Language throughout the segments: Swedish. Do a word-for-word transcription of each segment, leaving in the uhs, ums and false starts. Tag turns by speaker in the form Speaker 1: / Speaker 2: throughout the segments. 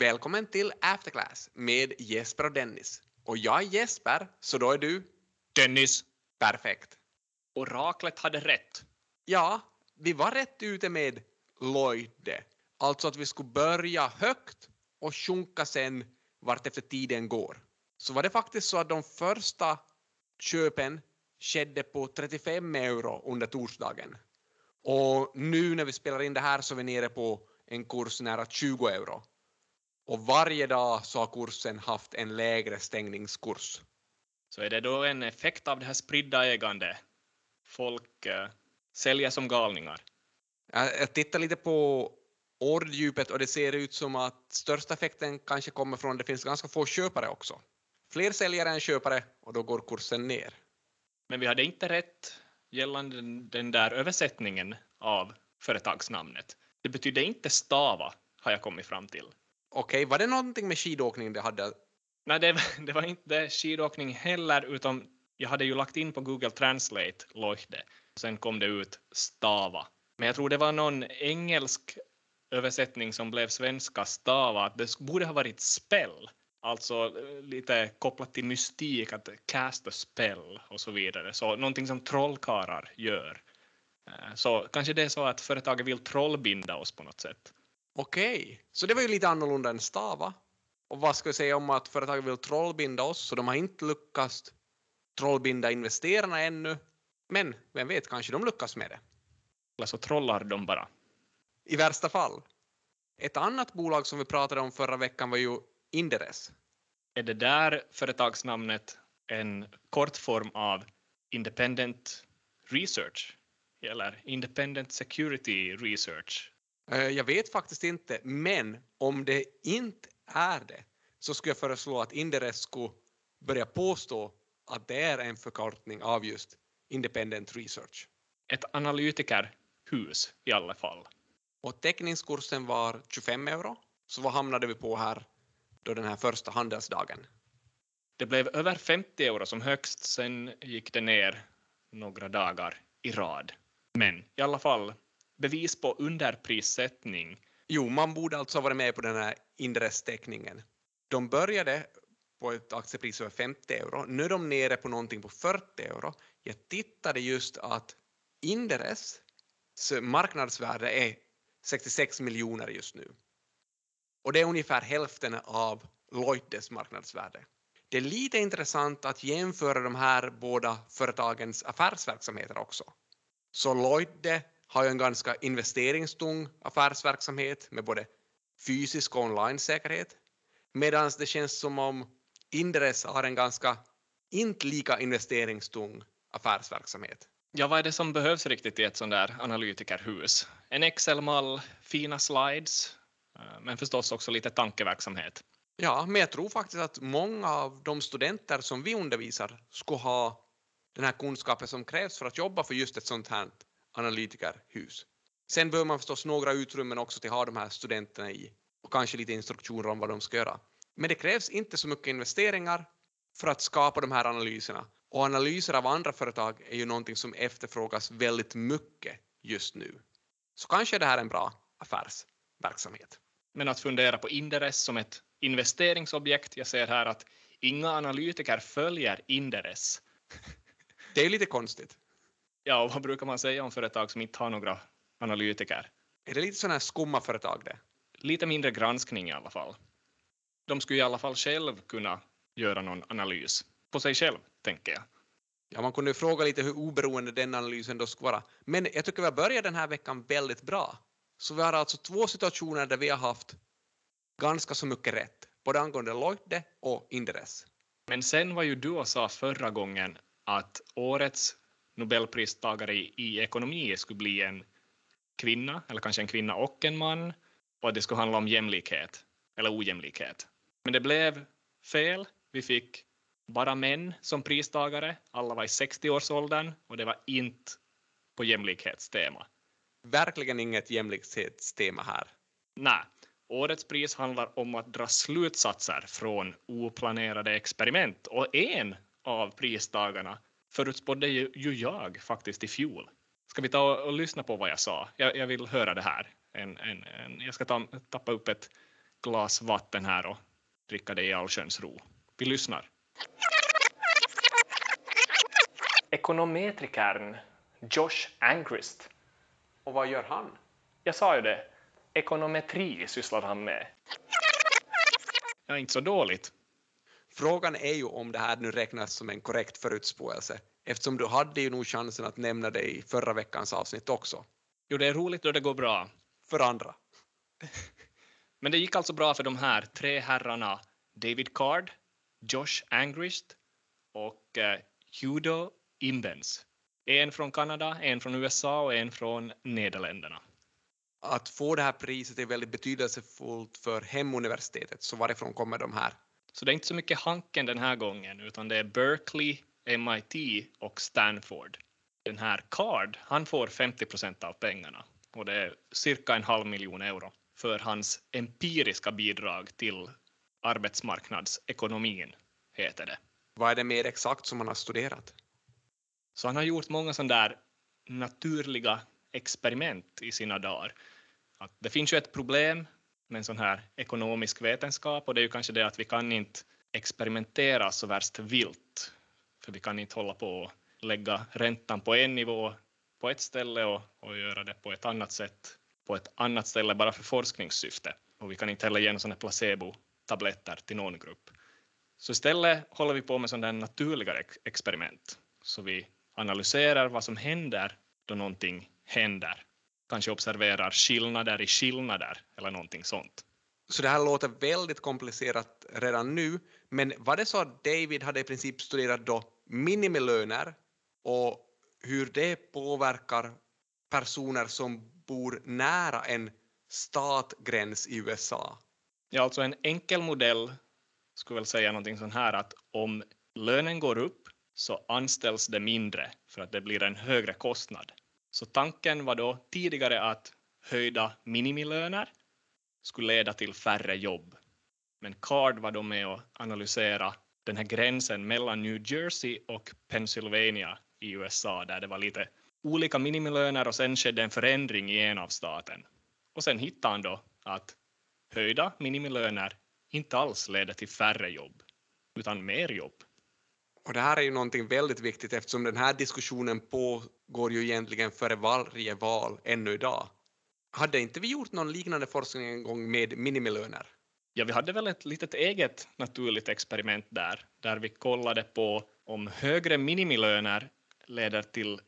Speaker 1: Välkommen till Afterclass med Jesper och Dennis. Och jag är Jesper, så då är du?
Speaker 2: Dennis.
Speaker 1: Perfekt.
Speaker 2: Oraklet hade rätt.
Speaker 1: Ja, vi var rätt ute med Lloyde. Alltså att vi skulle börja högt och sjunka sen vart efter tiden går. Så var det faktiskt så att de första köpen skedde på trettiofem euro under torsdagen. Och nu när vi spelar in det här så är vi nere på en kurs nära tjugo euro. Och varje dag så har kursen haft en lägre stängningskurs.
Speaker 2: Så är det då en effekt av det här spridda ägande? Folk äh, säljer som galningar.
Speaker 1: Jag, jag tittar lite på orddjupet och det ser ut som att största effekten kanske kommer från att det finns ganska få köpare också. Fler säljare än köpare och då går kursen ner.
Speaker 2: Men vi hade inte rätt gällande den där översättningen av företagsnamnet. Det betyder inte stava, har jag kommit fram till.
Speaker 1: Okej, var det någonting med skidåkning det hade?
Speaker 2: Nej, det, det var inte skidåkning heller, utan jag hade ju lagt in på Google Translate Lloyde. Sen kom det ut stava. Men jag tror det var någon engelsk översättning som blev svenska stava. Att det borde ha varit spell. Alltså lite kopplat till mystik, att cast a spell och så vidare. Så någonting som trollkarlar gör. Så kanske det är så att företaget vill trollbinda oss på något sätt.
Speaker 1: Okej, så det var ju lite annorlunda än stava. Och vad ska jag säga om att företaget vill trollbinda oss? Så de har inte lyckats trollbinda investerarna ännu. Men vem vet, kanske de lyckas med det.
Speaker 2: Eller så trollar de bara.
Speaker 1: I värsta fall. Ett annat bolag som vi pratade om förra veckan var ju Inderes.
Speaker 2: Är det där företagsnamnet en kortform av Independent Research? Eller Independent Security Research?
Speaker 1: Jag vet faktiskt inte, men om det inte är det så skulle jag föreslå att Inderes skulle börja påstå att det är en förkortning av just Independent Research.
Speaker 2: Ett analytikerhus i alla fall.
Speaker 1: Och teckningskursen var tjugofem euro. Så vad hamnade vi på här då den här första handelsdagen?
Speaker 2: Det blev över femtio euro som högst, sen gick det ner några dagar i rad. Men i alla fall bevis på underprissättning.
Speaker 1: Jo, man borde alltså ha varit med på den här Inderes-teckningen. De började på ett aktiepris över femtio euro. Nu är de nere på någonting på fyrtio euro. Jag tittade just att Inderes marknadsvärde är sextiosex miljoner just nu. Och det är ungefär hälften av Lloydes marknadsvärde. Det är lite intressant att jämföra de här båda företagens affärsverksamheter också. Så Lloyde har ju en ganska investeringstung affärsverksamhet med både fysisk och online-säkerhet. Medan det känns som om Inderes har en ganska inte lika investeringstung affärsverksamhet.
Speaker 2: Ja, vad är det som behövs riktigt i ett sånt där analytikerhus? En Excel-mall, fina slides, men förstås också lite tankeverksamhet.
Speaker 1: Ja, men jag tror faktiskt att många av de studenter som vi undervisar skulle ha den här kunskapen som krävs för att jobba för just ett sånt här analytikerhus. Sen behöver man förstås några utrymmen också till att ha de här studenterna i och kanske lite instruktioner om vad de ska göra. Men det krävs inte så mycket investeringar för att skapa de här analyserna. Och analyser av andra företag är ju någonting som efterfrågas väldigt mycket just nu. Så kanske är det här en bra affärsverksamhet.
Speaker 2: Men att fundera på Inderes som ett investeringsobjekt, jag ser här att inga analytiker följer Inderes.
Speaker 1: Det är lite konstigt.
Speaker 2: Ja, och vad brukar man säga om företag som inte har några analytiker?
Speaker 1: Är det lite sådana här skumma företag det?
Speaker 2: Lite mindre granskning i alla fall. De skulle i alla fall själv kunna göra någon analys på sig själv, tänker jag.
Speaker 1: Ja, man kunde fråga lite hur oberoende den analysen då skulle vara. Men jag tycker vi har börjat den här veckan väldigt bra. Så vi har alltså två situationer där vi har haft ganska så mycket rätt. Både angående Lloyde och Inderes.
Speaker 2: Men sen var ju du och sa förra gången att årets Nobelpristagare i, i ekonomi skulle bli en kvinna, eller kanske en kvinna och en man. Och att det skulle handla om jämlikhet, eller ojämlikhet. Men det blev fel. Vi fick bara män som pristagare. Alla var i sextio-årsåldern och det var inte på jämlikhetstema.
Speaker 1: Verkligen inget jämlikhetstema här.
Speaker 2: Nej, årets pris handlar om att dra slutsatser från oplanerade experiment. Och en av pristagarna förutspådde ju, ju jag faktiskt i fjol. Ska vi ta och, och lyssna på vad jag sa? Jag, jag vill höra det här. En, en, en, jag ska ta, tappa upp ett glas vatten här och dricka det i allsköns ro. Vi lyssnar. Ekonometrikern Josh Angrist.
Speaker 1: Och vad gör han?
Speaker 2: Jag sa ju det. Ekonometri sysslar han med. Ja, inte så dåligt.
Speaker 1: Frågan är ju om det här nu räknas som en korrekt förutspåelse, eftersom du hade ju nog chansen att nämna det i förra veckans avsnitt också.
Speaker 2: Jo, det är roligt då det går bra.
Speaker 1: För andra.
Speaker 2: Men det gick alltså bra för de här tre herrarna David Card, Josh Angrist och eh, Hugo Imbens. En från Kanada, en från U S A och en från Nederländerna.
Speaker 1: Att få det här priset är väldigt betydelsefullt för hemuniversitetet, så varifrån kommer de här?
Speaker 2: Så det är inte så mycket Hanken den här gången, utan det är Berkeley, M I T och Stanford. Den här Card, han får femtio procent av pengarna och det är cirka en halv miljon euro för hans empiriska bidrag till arbetsmarknadsekonomin, heter det.
Speaker 1: Vad är det mer exakt som han har studerat?
Speaker 2: Så han har gjort många sådana där naturliga experiment i sina dagar. Att det finns ju ett problem med en sån här ekonomisk vetenskap och det är ju kanske det att vi kan inte experimentera så värst vilt. För vi kan inte hålla på och lägga räntan på en nivå på ett ställe och, och göra det på ett annat sätt på ett annat ställe bara för forskningssyfte. Och vi kan inte heller ge sådana placebo-tabletter till någon grupp. Så istället håller vi på med sådana naturliga ex- experiment. Så vi analyserar vad som händer då någonting händer. Kanske observerar skillnader i skillnader eller någonting sånt.
Speaker 1: Så det här låter väldigt komplicerat redan nu, men var det så att David hade i princip studerat då minimilöner och hur det påverkar personer som bor nära en statgräns i U S A?
Speaker 2: Ja, alltså en enkel modell skulle väl säga någonting sånt här att om lönen går upp så anställs det mindre för att det blir en högre kostnad. Så tanken var då tidigare att höjda minimilöner skulle leda till färre jobb. Men Card var då med att analysera den här gränsen mellan New Jersey och Pennsylvania i U S A där det var lite olika minimilöner och sen skedde en förändring i en av staten. Och sen hittade han då att höjda minimilöner inte alls leder till färre jobb utan mer jobb.
Speaker 1: Och det här är ju någonting väldigt viktigt eftersom den här diskussionen pågår ju egentligen före varje val ännu idag. Hade inte vi gjort någon liknande forskning en gång med minimilöner?
Speaker 2: Ja, vi hade väl ett litet eget naturligt experiment där, där vi kollade på om högre minimilöner leder till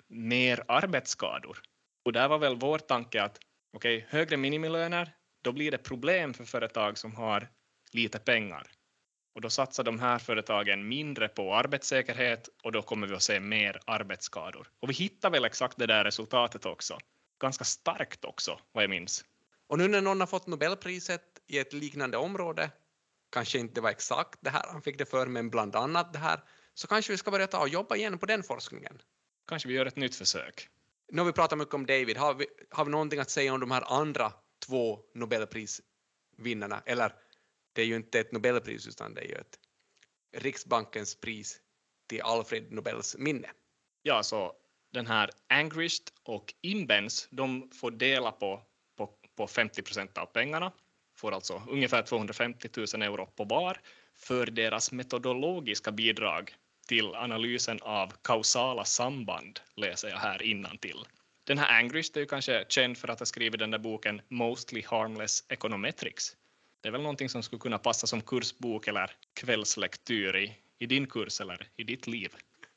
Speaker 2: mer arbetsskador. Och där var väl vår tanke att okej, okay, högre minimilöner, då blir det problem för företag som har lite pengar. Och då satsar de här företagen mindre på arbetssäkerhet och då kommer vi att se mer arbetsskador. Och vi hittar väl exakt det där resultatet också. Ganska starkt också, vad jag minns.
Speaker 1: Och nu när någon har fått Nobelpriset i ett liknande område, kanske inte var exakt det här han fick det för, men bland annat det här, så kanske vi ska börja ta och jobba igen på den forskningen.
Speaker 2: Kanske vi gör ett nytt försök.
Speaker 1: Nu har vi pratat mycket om David. Har vi, har vi någonting att säga om de här andra två Nobelprisvinnarna? Eller det är ju inte ett Nobelpris utan det är ju ett Riksbankens pris till Alfred Nobels minne.
Speaker 2: Ja, så den här Angrist och Imbens, de får dela på, på, på femtio procent av pengarna. Får alltså ungefär tvåhundrafemtio tusen euro på var för deras metodologiska bidrag till analysen av kausala samband, läser jag här innantill. Den här Angrist är ju kanske känd för att ha skrivit den där boken Mostly Harmless Econometrics. Det är väl någonting som skulle kunna passa som kursbok eller kvällslektyr i, i din kurs eller i ditt liv.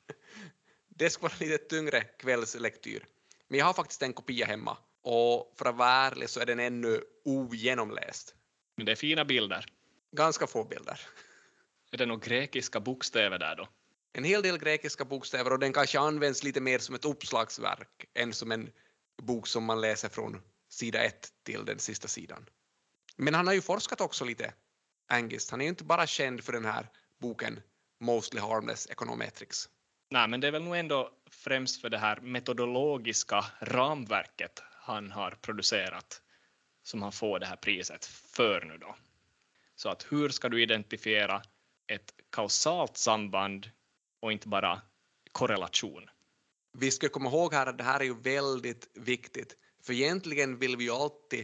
Speaker 1: Det ska vara lite tyngre kvällslektyr. Men jag har faktiskt en kopia hemma. Och för att vara ärlig så är den ännu ogenomläst.
Speaker 2: Men det är fina bilder.
Speaker 1: Ganska få bilder.
Speaker 2: Är det några grekiska bokstäver där då?
Speaker 1: En hel del grekiska bokstäver och den kanske används lite mer som ett uppslagsverk än som en bok som man läser från sida ett till den sista sidan. Men han har ju forskat också lite, Angrist. Han är ju inte bara känd för den här boken Mostly Harmless Econometrics.
Speaker 2: Nej, men det är väl nog ändå främst för det här metodologiska ramverket han har producerat som han får det här priset för nu då. Så att hur ska du identifiera ett kausalt samband och inte bara korrelation?
Speaker 1: Vi ska komma ihåg här att det här är ju väldigt viktigt. För egentligen vill vi ju alltid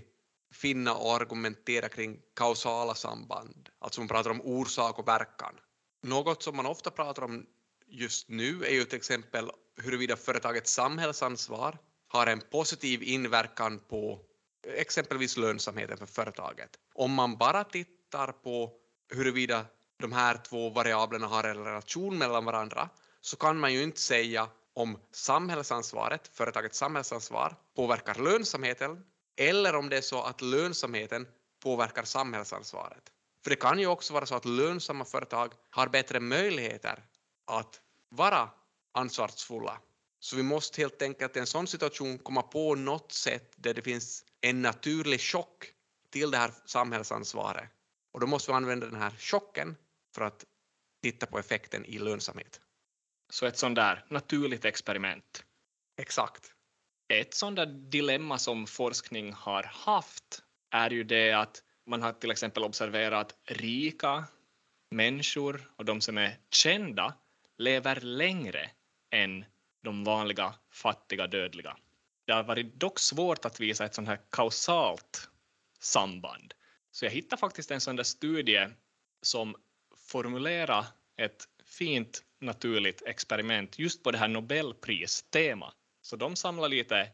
Speaker 1: finna och argumentera kring kausala samband. Alltså man pratar om orsak och verkan. Något som man ofta pratar om just nu är ju till exempel huruvida företagets samhällsansvar har en positiv inverkan på exempelvis lönsamheten för företaget. Om man bara tittar på huruvida de här två variablerna har en relation mellan varandra så kan man ju inte säga om samhällsansvaret, företagets samhällsansvar, påverkar lönsamheten eller om det är så att lönsamheten påverkar samhällsansvaret. För det kan ju också vara så att lönsamma företag har bättre möjligheter att vara ansvarsfulla. Så vi måste helt enkelt i en sån situation komma på något sätt där det finns en naturlig chock till det här samhällsansvaret. Och då måste vi använda den här chocken för att titta på effekten i lönsamhet.
Speaker 2: Så ett sånt där naturligt experiment.
Speaker 1: Exakt.
Speaker 2: Ett sånt där dilemma som forskning har haft är ju det att man har till exempel observerat rika människor och de som är kända lever längre än de vanliga fattiga dödliga. Det har varit dock svårt att visa ett sånt här kausalt samband. Så jag hittade faktiskt en sån där studie som formulerar ett fint naturligt experiment just på det här Nobelpris-tema. Så de samlar lite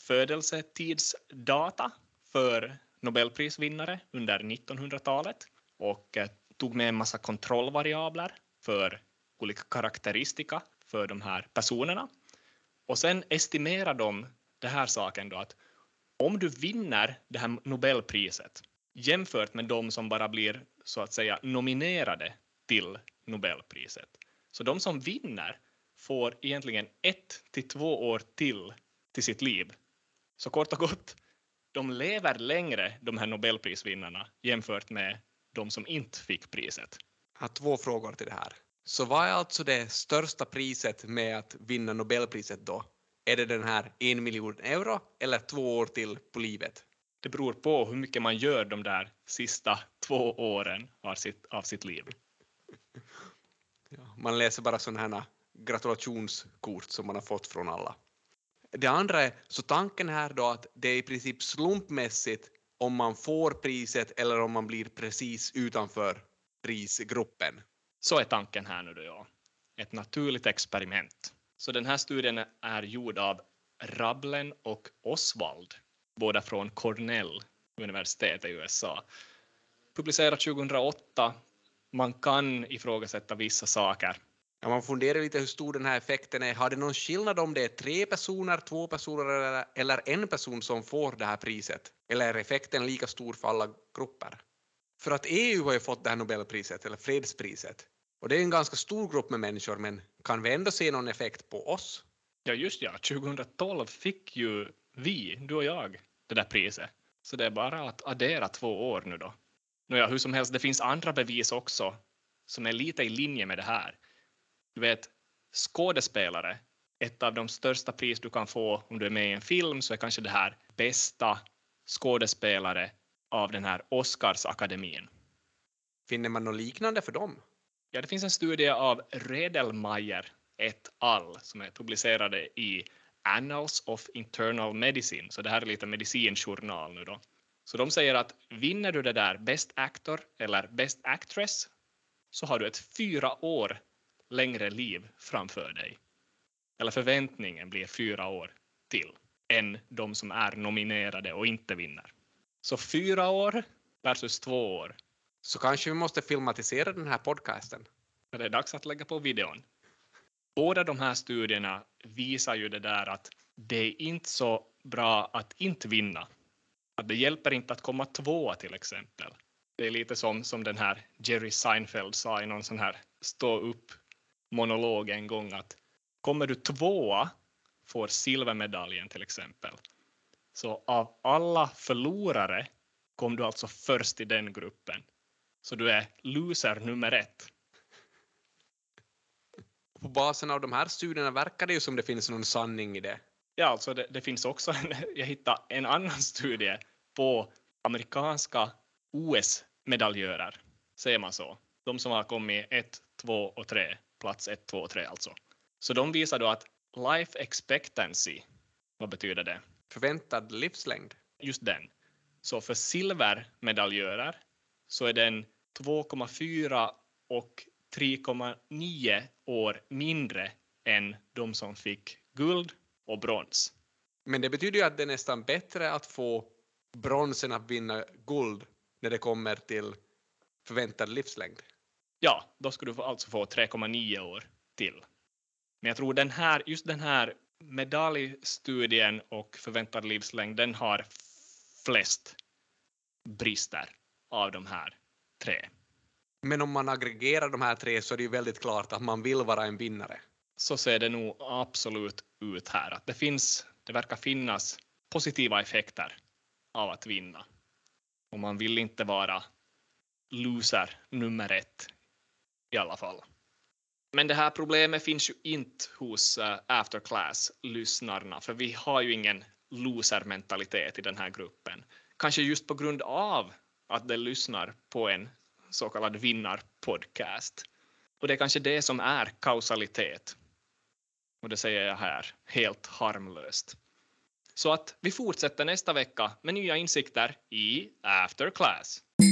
Speaker 2: födelsetidsdata för Nobelprisvinnare under nittonhundratalet och tog med en massa kontrollvariabler för olika karaktäristika för de här personerna. Och sen estimerar de det här saken då att om du vinner det här Nobelpriset jämfört med de som bara blir så att säga nominerade till Nobelpriset. Så de som vinner får egentligen ett till två år till till sitt liv. Så kort och gott, de lever längre de här Nobelprisvinnarna jämfört med de som inte fick priset.
Speaker 1: Jag har två frågor till det här. Så vad är alltså det största priset med att vinna Nobelpriset då? Är det den här en miljon euro eller två år till på livet?
Speaker 2: Det beror på hur mycket man gör de där sista två åren av sitt, av sitt liv.
Speaker 1: Ja, man läser bara sådana här gratulationskort som man har fått från alla. Det andra är, så tanken här då att det är i princip slumpmässigt om man får priset eller om man blir precis utanför prisgruppen.
Speaker 2: Så är tanken här nu då, ja. Ett naturligt experiment. Så den här studien är gjord av Rablen och Oswald, båda från Cornell universitet i U S A. Publicerad tjugohundraåtta. Man kan ifrågasätta vissa saker.
Speaker 1: Ja, man funderar lite hur stor den här effekten är. Har det någon skillnad om det är tre personer, två personer eller, eller en person som får det här priset? Eller är effekten lika stor för alla grupper? För att E U har ju fått det här Nobelpriset, eller fredspriset. Och det är en ganska stor grupp med människor, men kan vi ändå se någon effekt på oss?
Speaker 2: Ja, just ja. tjugohundratolv fick ju vi, du och jag, det där priset. Så det är bara att addera två år nu då. Nåja, hur som helst, det finns andra bevis också som är lite i linje med det här. Du vet, skådespelare, ett av de största pris du kan få om du är med i en film så är kanske det här bästa skådespelare av den här Oscarsakademin.
Speaker 1: Finner man något liknande för dem?
Speaker 2: Ja, det finns en studie av Redelmeier et al. Som är publicerade i Annals of Internal Medicine. Så det här är lite medicinjournal nu då. Så de säger att vinner du det där Best Actor eller Best Actress så har du ett fyra år längre liv framför dig. Eller förväntningen blir fyra år till än de som är nominerade och inte vinner. Så fyra år versus två år.
Speaker 1: Så kanske vi måste filmatisera den här podcasten.
Speaker 2: Det är dags att lägga på videon. Båda de här studierna visar ju det där att det är inte så bra att inte vinna. Att det hjälper inte att komma tvåa till exempel. Det är lite som, som den här Jerry Seinfeld sa i någon sån här stå upp monolog en gång att kommer du tvåa får silvermedaljen till exempel. Så av alla förlorare kom du alltså först i den gruppen. Så du är loser nummer ett.
Speaker 1: På basen av de här studierna verkar det ju som det finns någon sanning i det.
Speaker 2: Ja, alltså det, det finns också en, jag hittade en annan studie på amerikanska O S-medaljörer, säger man så. De som har kommit ett, två och tre, plats ett, två och tre alltså. Så de visar då att life expectancy, vad betyder det?
Speaker 1: Förväntad livslängd.
Speaker 2: Just den. Så för silvermedaljörer så är den två komma fyra och tre komma nio år mindre än de som fick guld och brons.
Speaker 1: Men det betyder ju att det är nästan bättre att få bronsen att vinna guld när det kommer till förväntad livslängd.
Speaker 2: Ja, då skulle du alltså få tre komma nio år till. Men jag tror den här, just den här medaljstudien och förväntad livslängd, den har flest brister av de här tre.
Speaker 1: Men om man aggregerar de här tre så är det ju väldigt klart att man vill vara en vinnare.
Speaker 2: Så ser det nog absolut ut här. Att det, finns, det verkar finnas positiva effekter av att vinna. Och man vill inte vara loser nummer ett i alla fall. Men det här problemet finns ju inte hos uh, Afterclass-lyssnarna, för vi har ju ingen loser-mentalitet i den här gruppen. Kanske just på grund av att de lyssnar på en så kallad vinnarpodcast. Och det är kanske det som är kausalitet. Och det säger jag här helt harmlöst. Så att vi fortsätter nästa vecka med nya insikter i Afterclass.